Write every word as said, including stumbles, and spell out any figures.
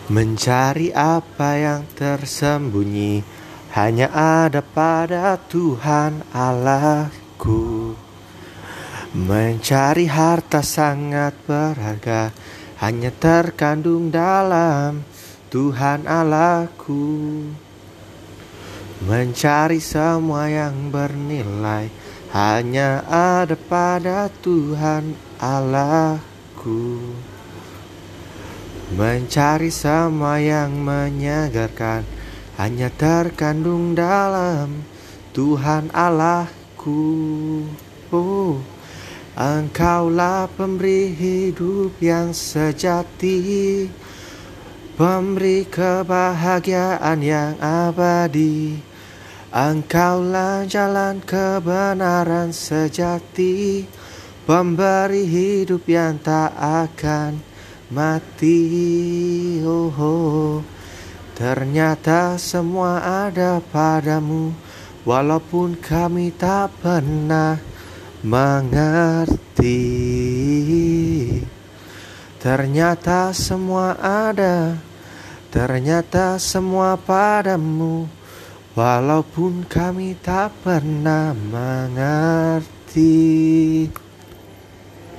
Mencari apa yang tersembunyi hanya ada pada Tuhan Allahku. Mencari harta sangat berharga hanya terkandung dalam Tuhan Allahku. Mencari semua yang bernilai hanya ada pada Tuhan Allahku. Mencari semua yang menyegarkan hanya terkandung dalam Tuhan Allahku. Oh, Engkaulah pemberi hidup yang sejati, pemberi kebahagiaan yang abadi. Engkaulah jalan kebenaran sejati, pemberi hidup yang tak akan mati. Oh, oh. Ternyata semua ada padamu, walaupun kami tak pernah mengerti. Ternyata semua ada, ternyata semua padamu, walaupun kami tak pernah mengerti.